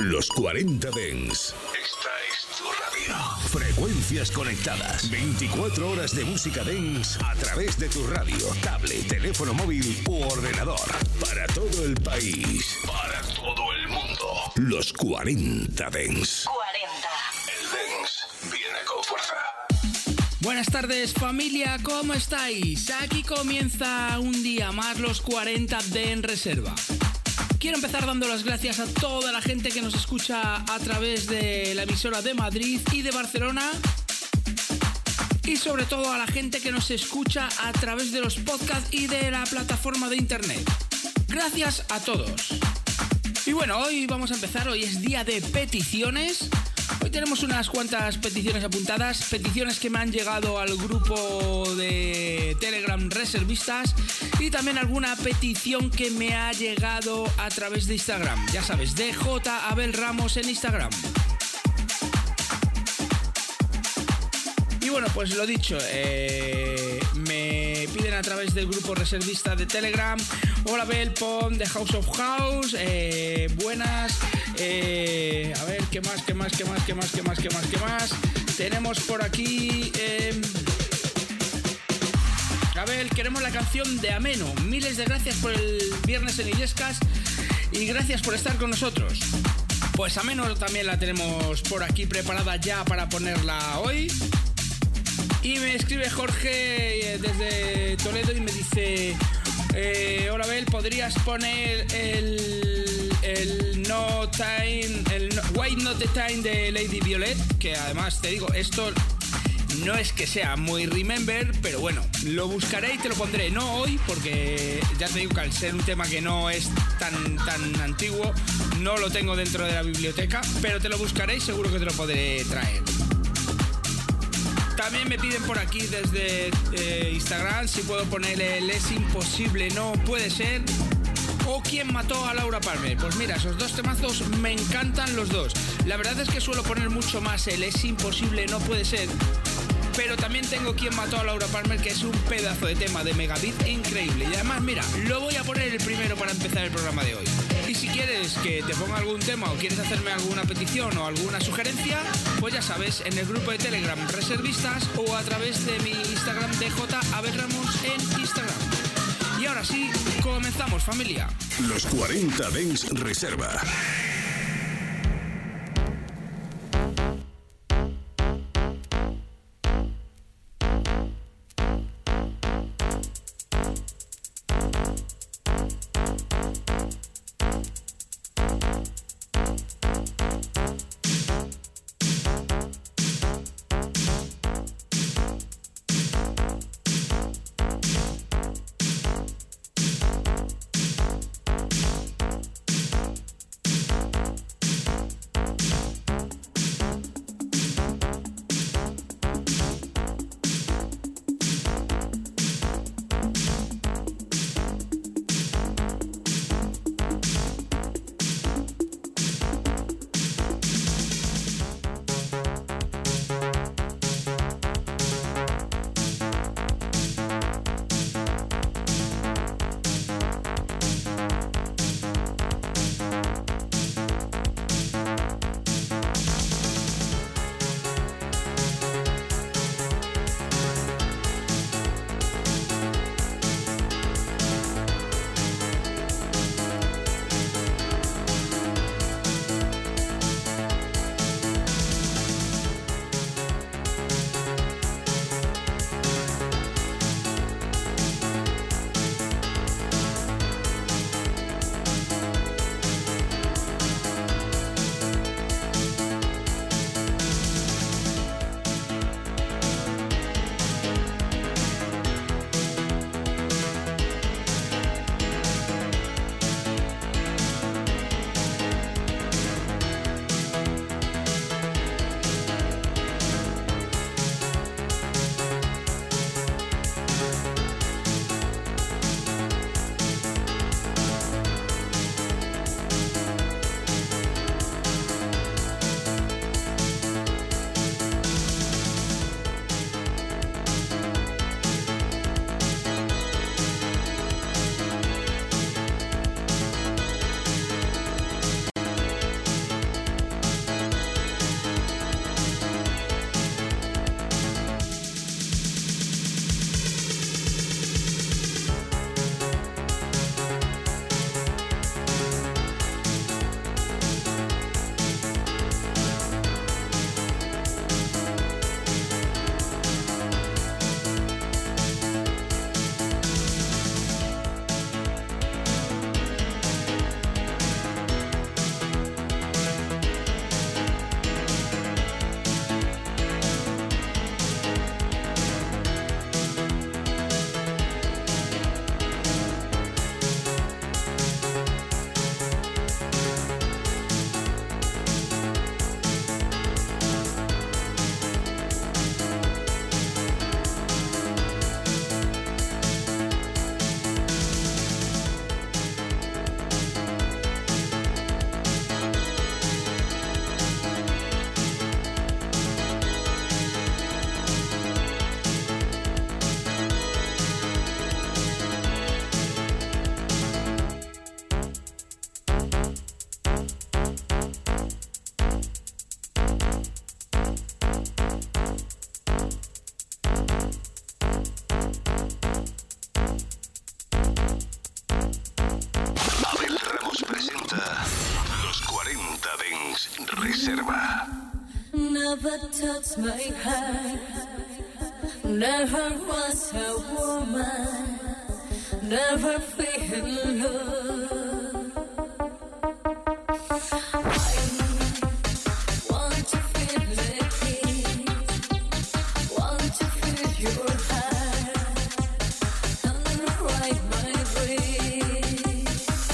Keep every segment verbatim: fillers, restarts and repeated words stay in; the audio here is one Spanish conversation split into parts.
Los cuarenta Dance. Esta es tu radio. Frecuencias conectadas. veinticuatro horas de música dance a través de tu radio, tablet, teléfono móvil u ordenador. Para todo el país. Para todo el mundo. Los cuarenta Dance. cuarenta. El dance viene con fuerza. Buenas tardes, familia, ¿cómo estáis? Aquí comienza un día más los cuarenta de En Reserva. Quiero empezar dando las gracias a toda la gente que nos escucha a través de la emisora de Madrid y de Barcelona. Y sobre todo a la gente que nos escucha a través de los podcasts y de la plataforma de internet. Gracias a todos. Y bueno, hoy vamos a empezar, hoy es día de peticiones. Hoy tenemos unas cuantas peticiones apuntadas, peticiones que me han llegado al grupo de Telegram Reservistas y también alguna petición que me ha llegado a través de Instagram. Ya sabes, D J Abel Ramos en Instagram. Y bueno, pues lo dicho, eh, me piden a través del grupo reservista de Telegram: hola Abel, pon The House of House, eh, buenas, eh, a ver, ¿qué más, qué más, qué más, qué más, qué más, qué más, qué más? Tenemos por aquí, eh, Abel, queremos la canción de Ameno, miles de gracias por el viernes en Illescas y gracias por estar con nosotros. Pues Ameno también la tenemos por aquí preparada ya para ponerla hoy. Y me escribe Jorge desde Toledo y me dice: eh, hola Abel, ¿podrías poner el, el No Time, el no, Why Not The Time de Lady Violet? Que además te digo, esto no es que sea muy remember, pero bueno, lo buscaré y te lo pondré. No hoy, porque ya te digo que al ser un tema que no es tan, tan antiguo, no lo tengo dentro de la biblioteca, pero te lo buscaré y seguro que te lo podré traer. También me piden por aquí desde eh, Instagram si puedo poner el Es Imposible, No Puede Ser o Quién Mató a Laura Palmer. Pues mira, esos dos temazos me encantan los dos. La verdad es que suelo poner mucho más el Es Imposible, No Puede Ser, pero también tengo Quién Mató a Laura Palmer, que es un pedazo de tema de Megabit increíble. Y además, mira, lo voy a poner el primero para empezar el programa de hoy. Y si quieres que te ponga algún tema o quieres hacerme alguna petición o alguna sugerencia, pues ya sabes, en el grupo de Telegram Reservistas o a través de mi Instagram D J Abel Ramos en Instagram. Y ahora sí, comenzamos, familia. Los cuarenta Dance Reserva. Reserva. Never touched my heart. Never was a woman. Never feel love. I want to feel it. Want to feel your heart. And write my dreams.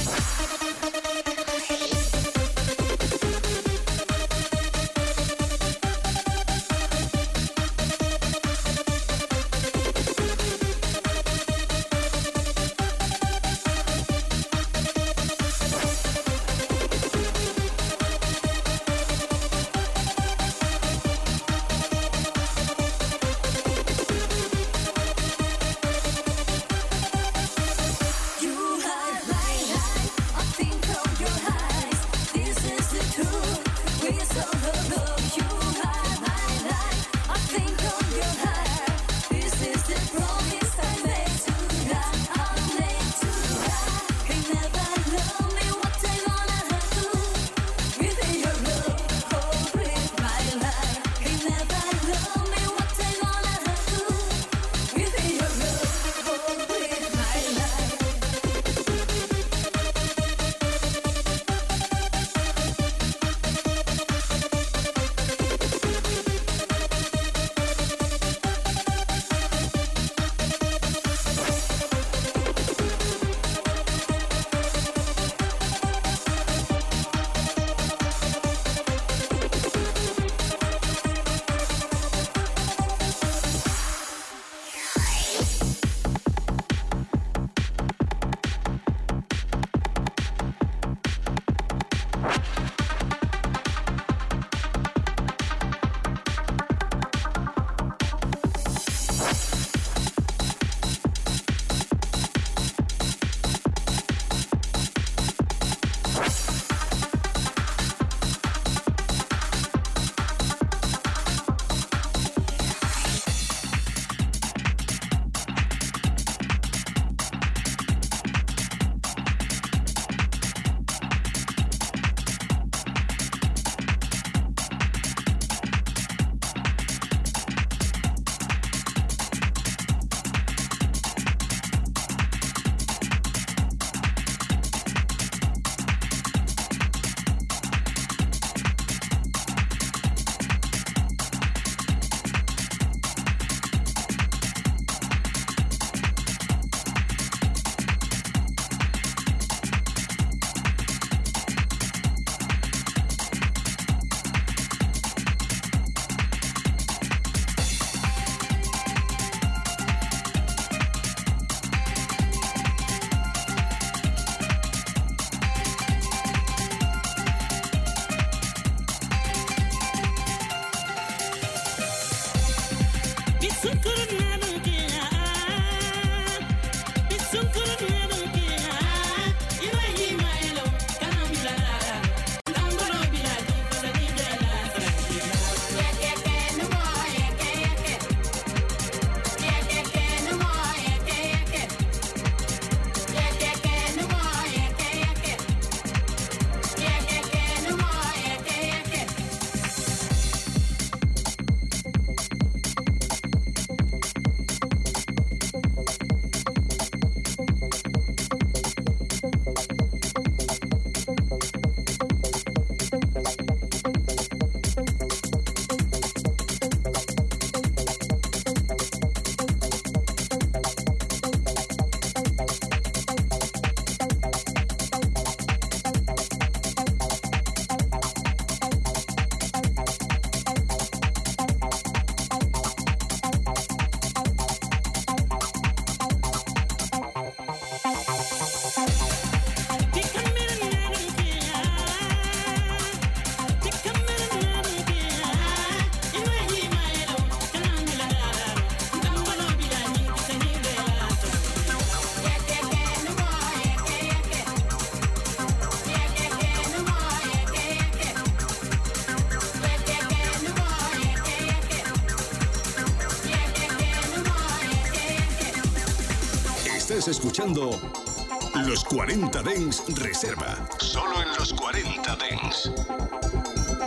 Estás escuchando Los cuarenta Dance Reserva. Solo en Los cuarenta Dance.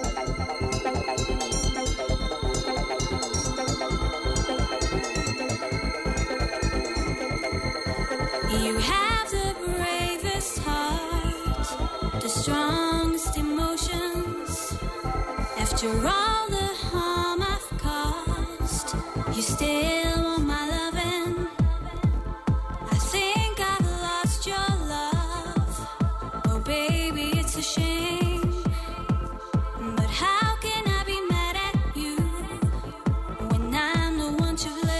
After all the harm I've caused, you still want my loving. I think I've lost your love. Oh baby, it's a shame. But how can I be mad at you when I'm the one to blame?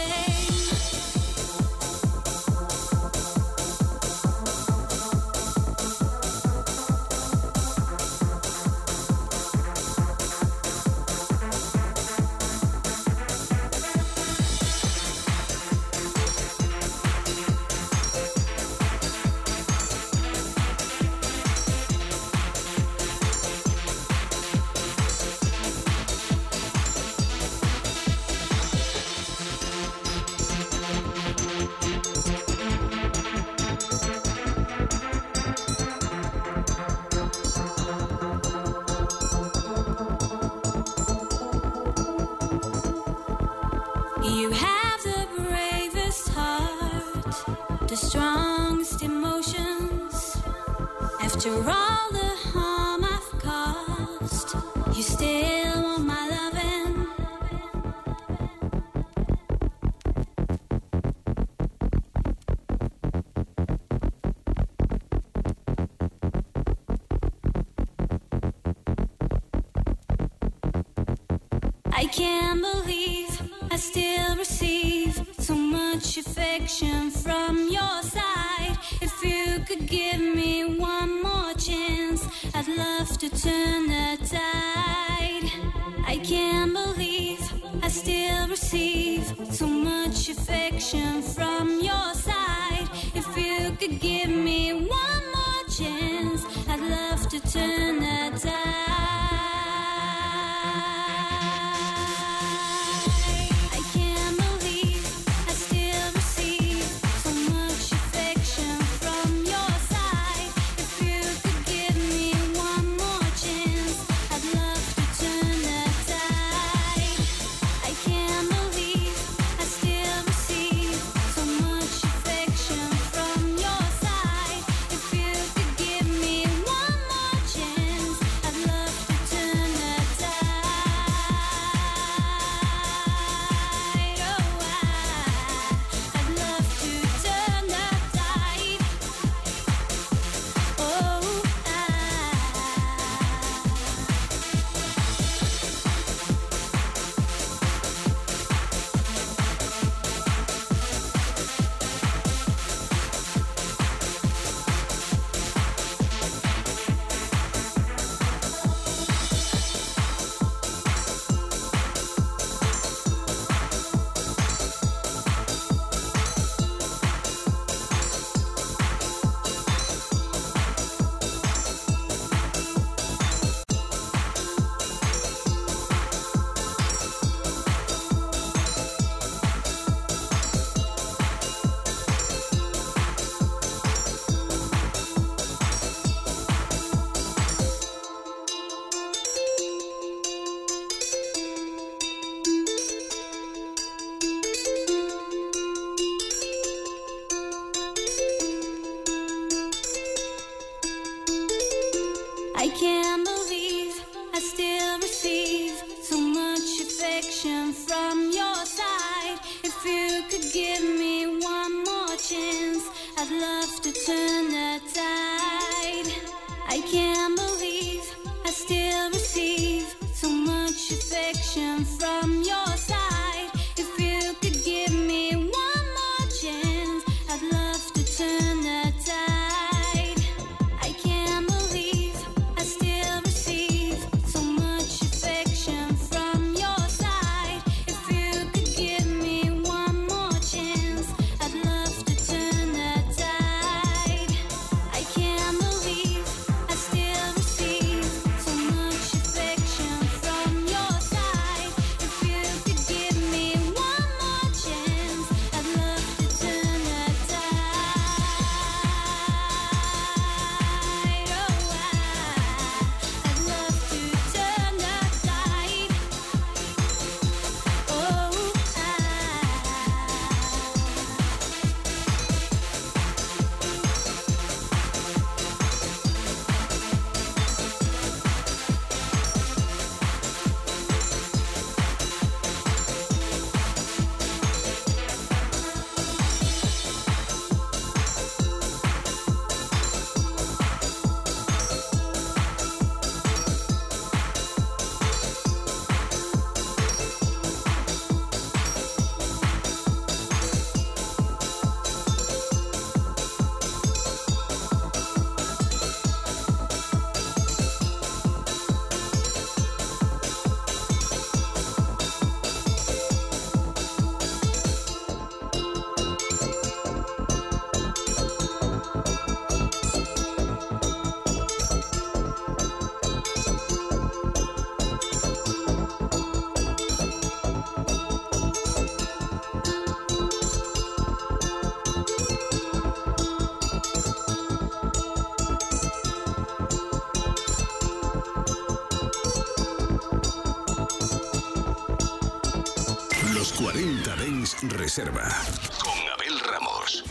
You have the bravest heart, the strongest emotions. After all the harm I've caused, you still want my loving. I can't believe I still receive so much affection from your side. If you could give me one more chance, I'd love to turn the tide. I can't believe I still receive so much affection from your side. If you could give me one more chance, I'd love to turn the tide. I can't believe I still receive so much affection from your side. If you could give me one more chance, I'd love to turn the tide. I can't believe I still receive so much affection from your side. If you could give me one more chance, I'd love to turn the tide. I can't believe I still cuarenta Dance Reserva con Abel Ramos.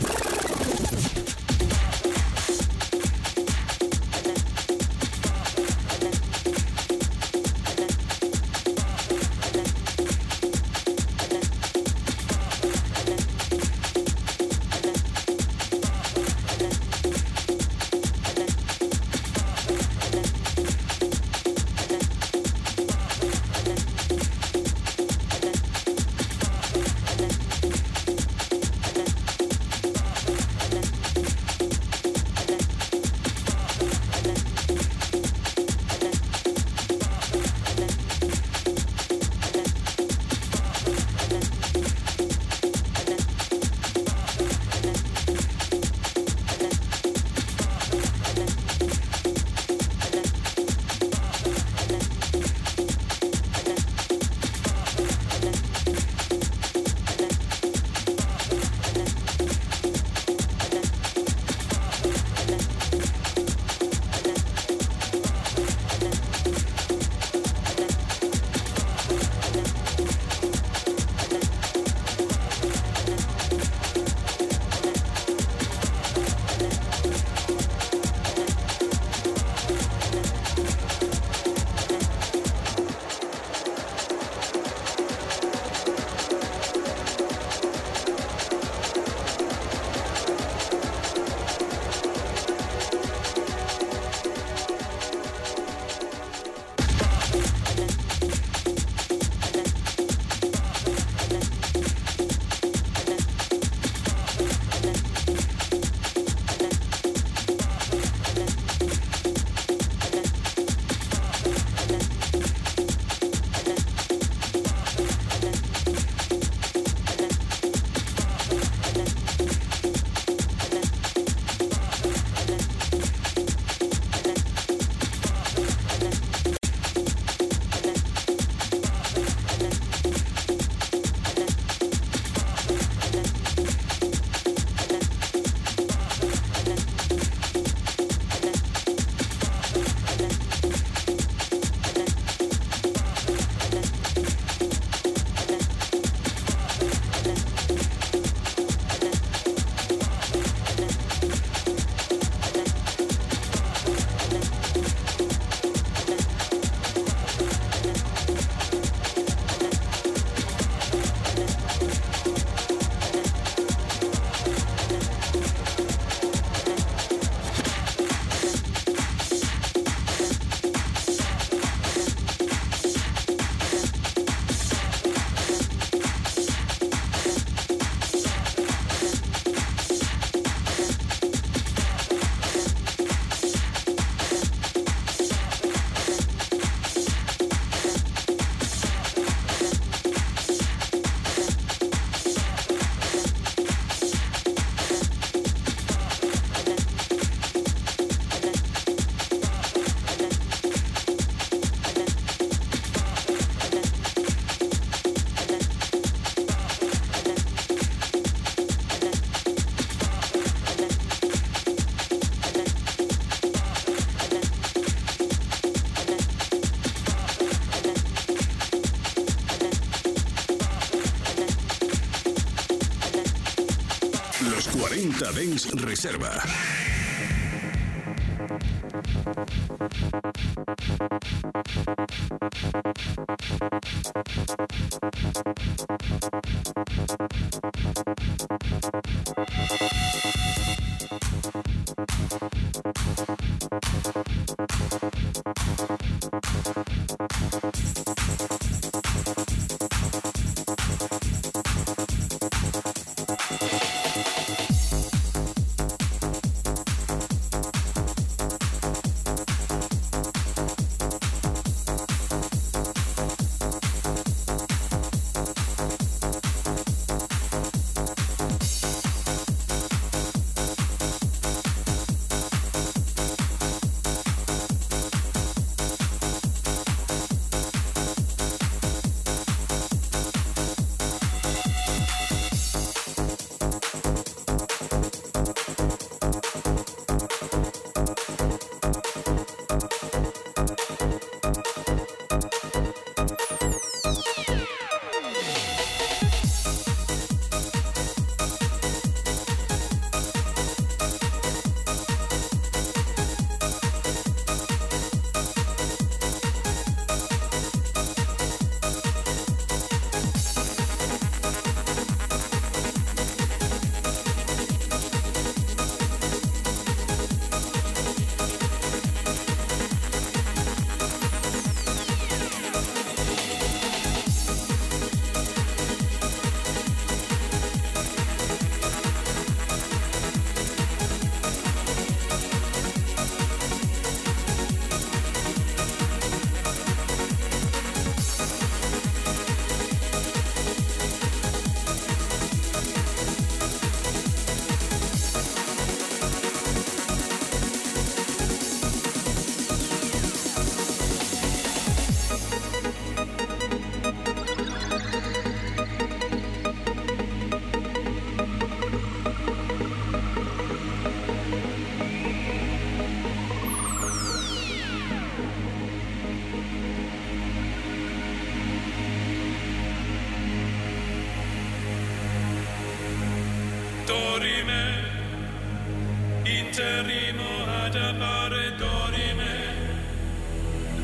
cuarenta Dance Reserva.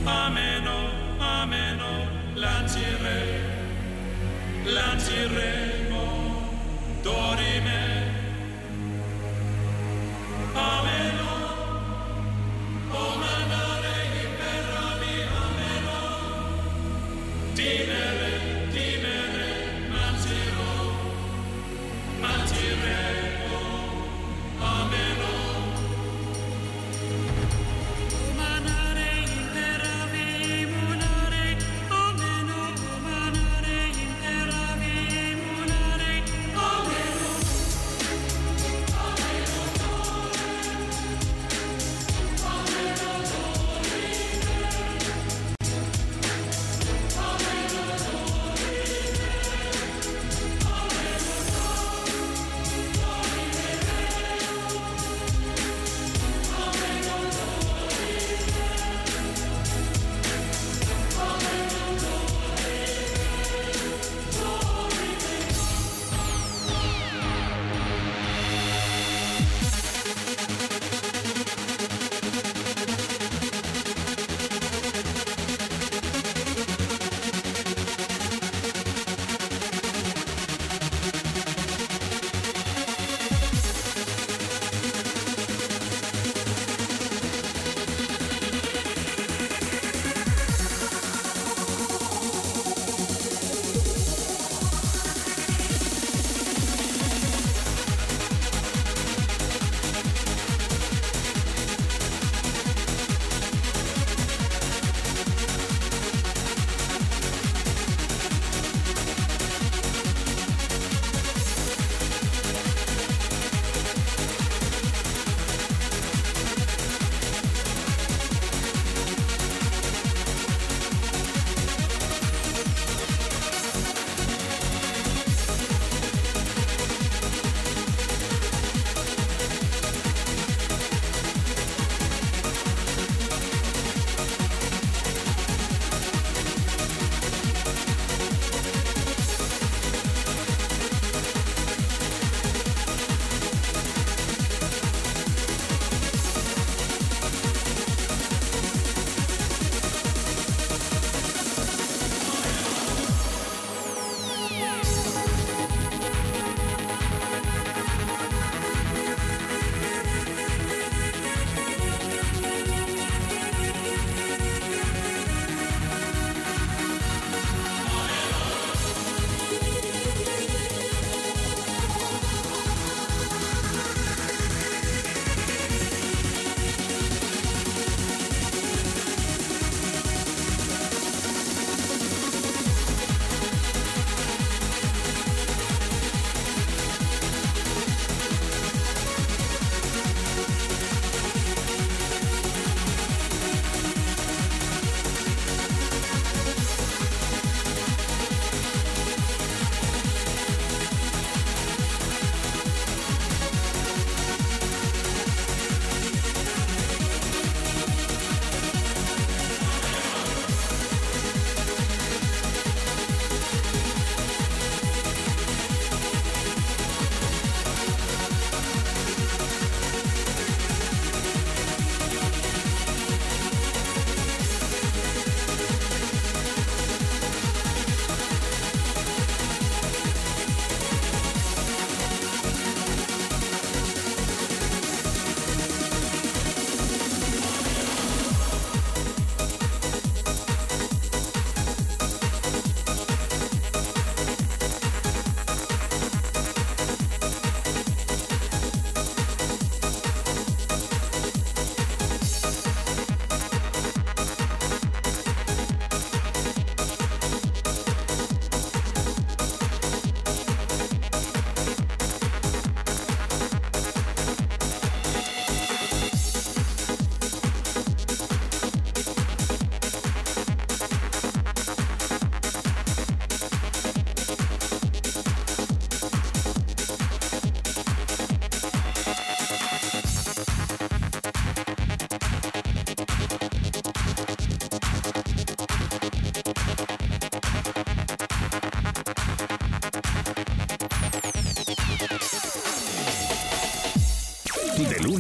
ameno, ameno, lancire, lanciremo, dorime, ameno, o mandare imperavi, ameno, dimere, dimere, manziro, manziremo, ameno.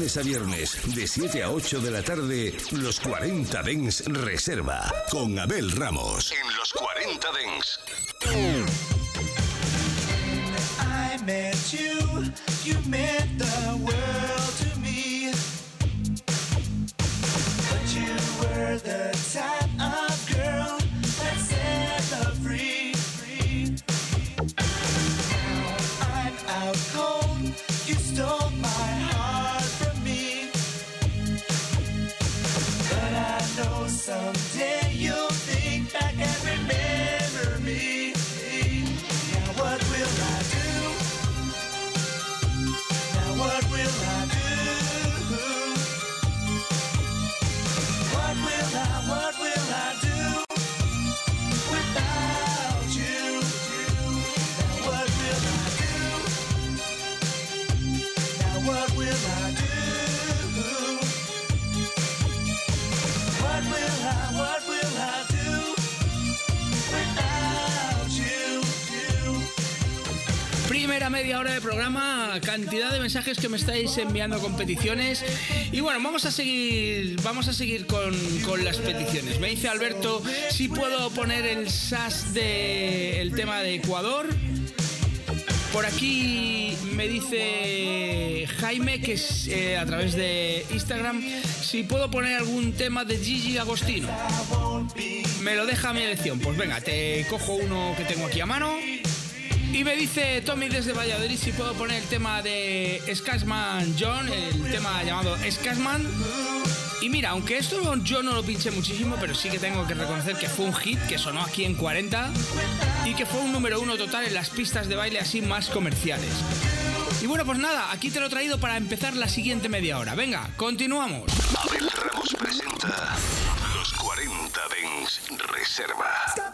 lunes a viernes, de siete a ocho de la tarde, Los cuarenta Dance Reserva, con Abel Ramos. En Los cuarenta Dance. I met you, you meant the world to me. But you were the type of girl that set love free. Now I'm out cold, you stole my heart from me. But I know someday you'll think back and remember me. Now what will I do? Now what will I do? What will I, what will I do without you? Now what will I do? Now what will I do? What will I, what will I do without you? Primera media hora de programa, cantidad de mensajes que me estáis enviando con peticiones. Y bueno, vamos a seguir vamos a seguir con, con las peticiones. Me dice Alberto si puedo poner el S A S del tema de Ecuador. Por aquí me dice Jaime, que es eh, a través de Instagram, si puedo poner algún tema de Gigi Agostino. Me lo deja a mi elección. Pues venga, te cojo uno que tengo aquí a mano. Y me dice Tommy desde Valladolid si puedo poner el tema de Scatman John, el tema llamado Scatman. Y mira, aunque esto yo no lo pinché muchísimo, pero sí que tengo que reconocer que fue un hit que sonó aquí en cuarenta y que fue un número uno total en las pistas de baile así más comerciales. Y bueno, pues nada, aquí te lo he traído para empezar la siguiente media hora. Venga, continuamos. Abel Ramos presenta Los cuarenta Dance Reserva.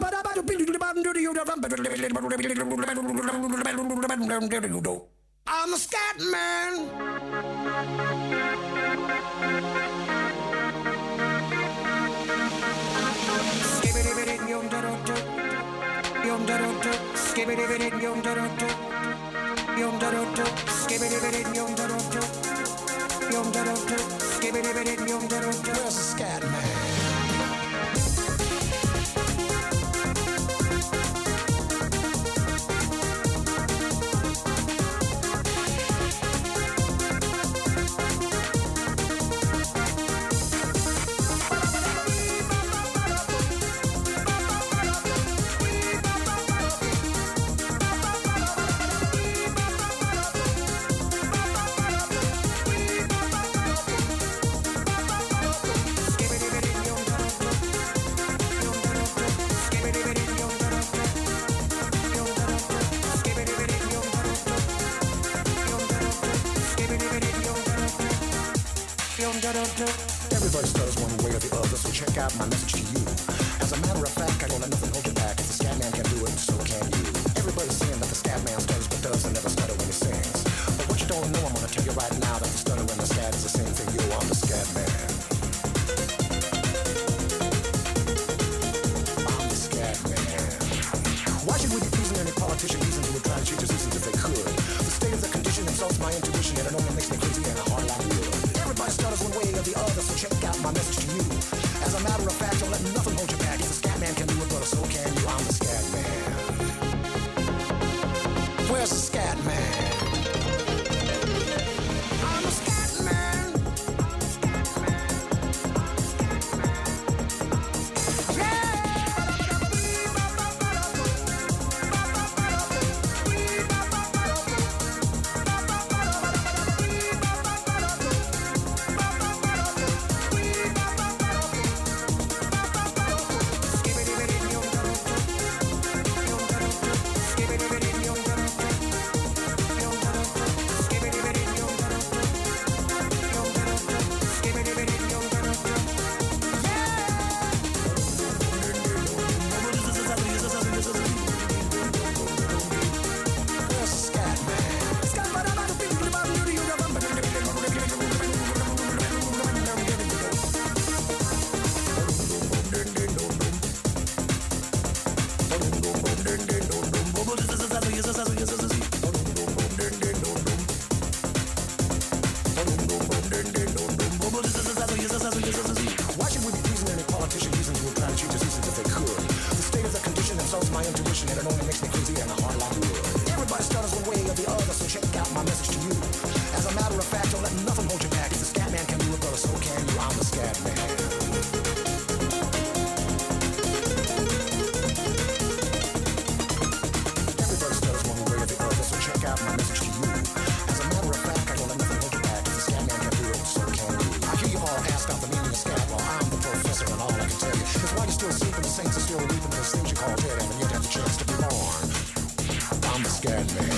I'm a scat man. Where's the scat man? Everybody stutters one way or the other, so check out my message to you. As a matter of fact, I don't let nothing hold you back. If the scat man can do it, so can you. Everybody's saying that the scat man stutters but doesn't never stutter when he sings. But what you don't know, I'm gonna tell you right now that the stutter and the scat is the same thing. Yo, I'm the scat man. I'm the scat man. Why should we be pleasing any politician reason who would try to change the seasons if they could? The state of the condition insults my intuition and it only makes me crazy and hard like wood. Everybody stutters one way or the other, so check out my message to you. As a matter of fact, don't let nothing hold you back. If the scat man can do it, brother, so can you. I'm the scat man. Where's the scat man? I'm the scat man. makes me crazy and a hard like wood. Everybody stutters one way or the other, so check out my message to you. As a matter of fact, don't let nothing hold you back. If the scat man can do it, brother, so can you. I'm the scat man. Everybody stutters one way or the other, so check out my message to you. As a matter of fact, I don't let nothing hold you back. If the scat man can do it, so can you. I hear you all ask out the meaning of scat. Well, I'm the professor, and all I can tell you is why you still sleeping, the saints are still reaping those things you call dead, and when you have the chance to be born. I'm the scat man.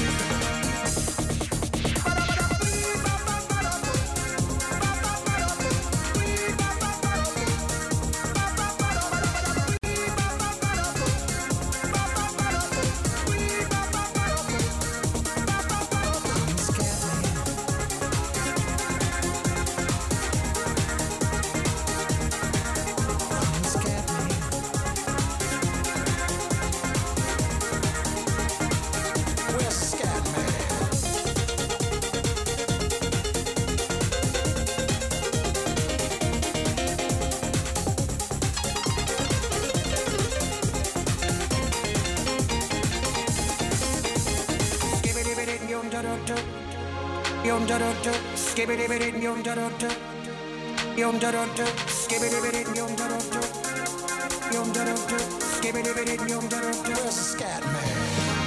Yum da da da, skibbity bitty yum da da da, yum da da da, skibbity bitty yum da da da, yum da da da, skibbity bitty yum da da da. Where's the scat man?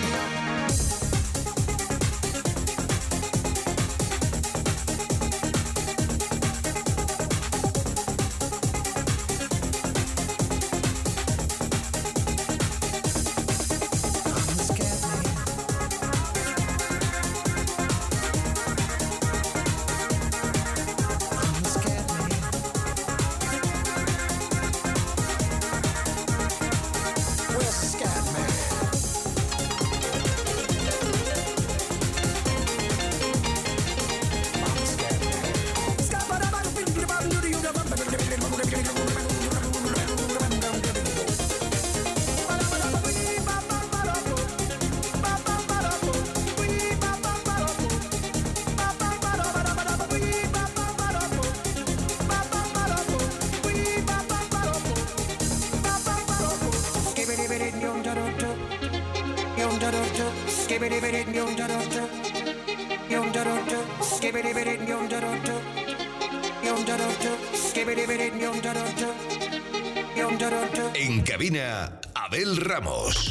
En cabina, Abel Ramos.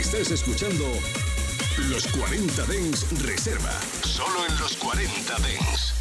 Estás escuchando Los cuarenta Dance Reserva. Solo en Los cuarenta Dance.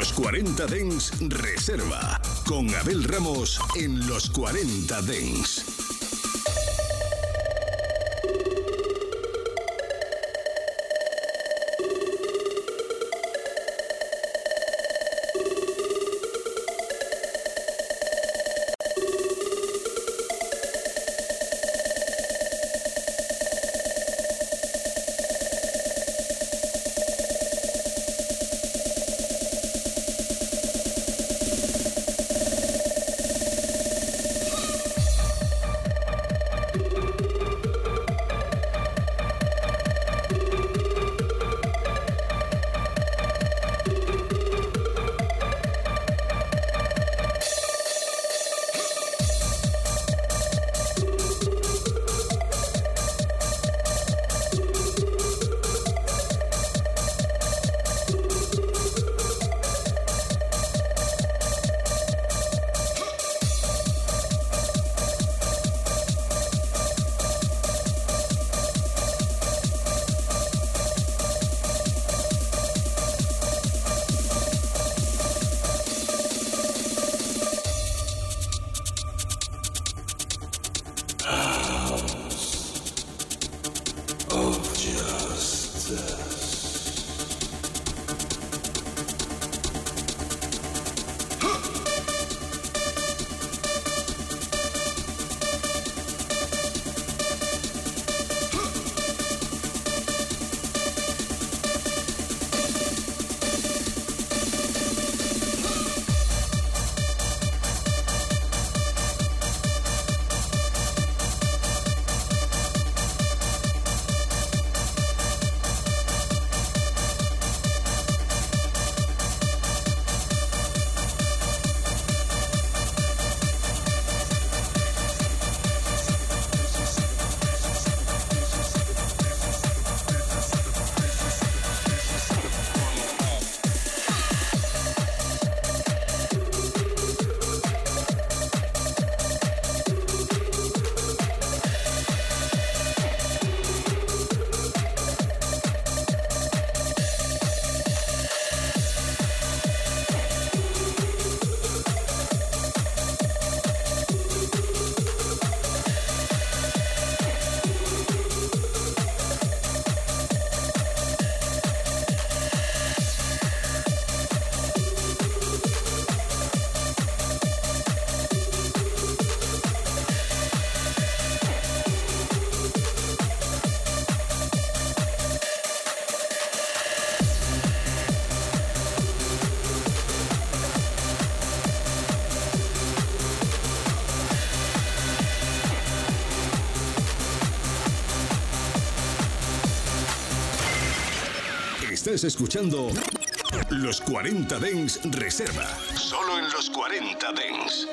Los cuarenta Dance Reserva. Con Abel Ramos en Los cuarenta Dance. Estás escuchando Los cuarenta Dance Reserva. Solo en Los cuarenta Dance.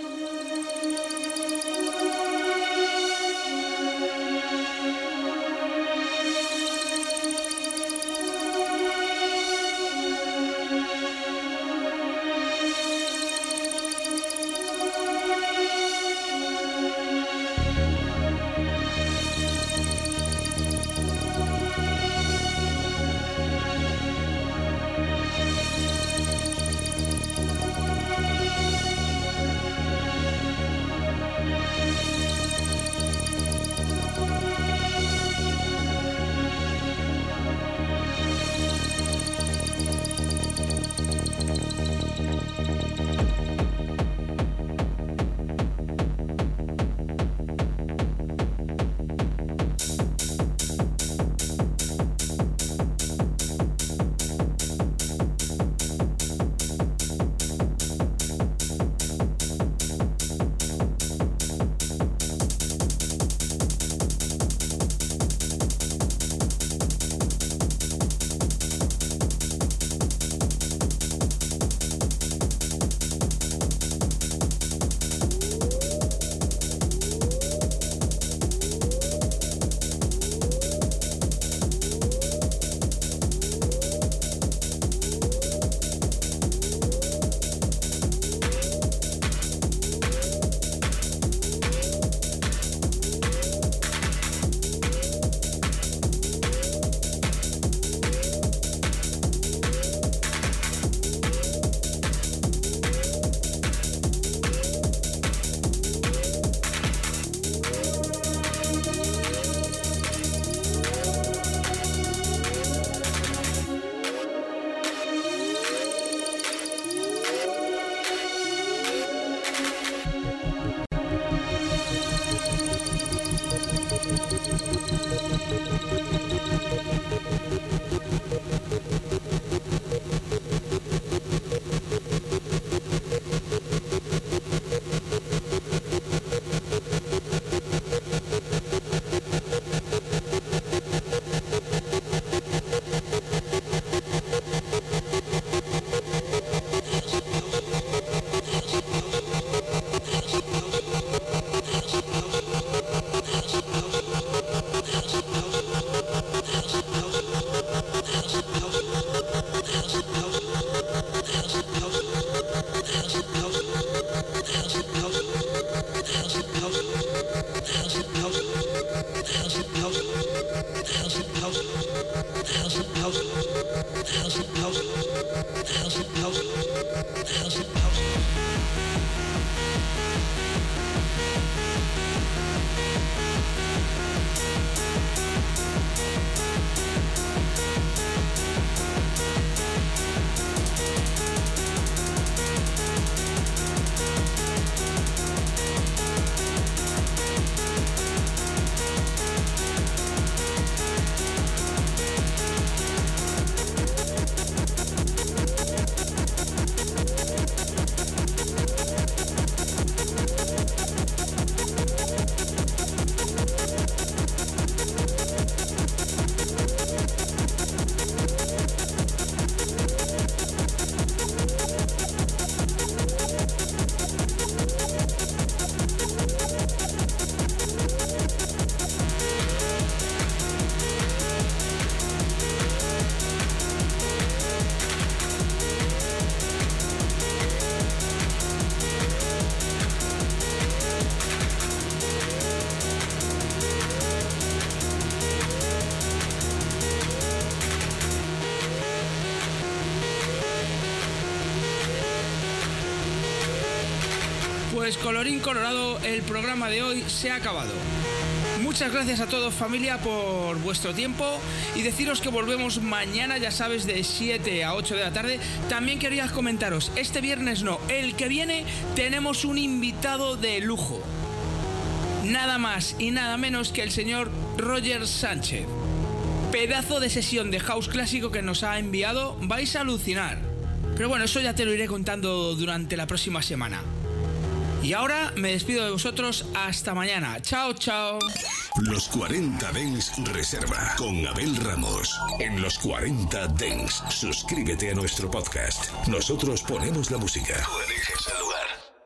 Pues colorín colorado, el programa de hoy se ha acabado. Muchas gracias a todos, familia, por vuestro tiempo y deciros que volvemos mañana, ya sabes, de siete a ocho de la tarde. También quería comentaros, este viernes no, el que viene tenemos un invitado de lujo. Nada más y nada menos que el señor Roger Sánchez. Pedazo de sesión de house clásico que nos ha enviado, vais a alucinar. Pero bueno, eso ya te lo iré contando durante la próxima semana. Y ahora me despido de vosotros hasta mañana. Chao, chao. Los cuarenta Dance Reserva con Abel Ramos. En Los cuarenta Dance, suscríbete a nuestro podcast. Nosotros ponemos la música. Tú eliges el lugar.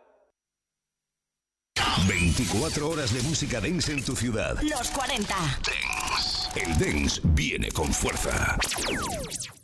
veinticuatro horas de música dance en tu ciudad. Los cuarenta Dance. El dance viene con fuerza.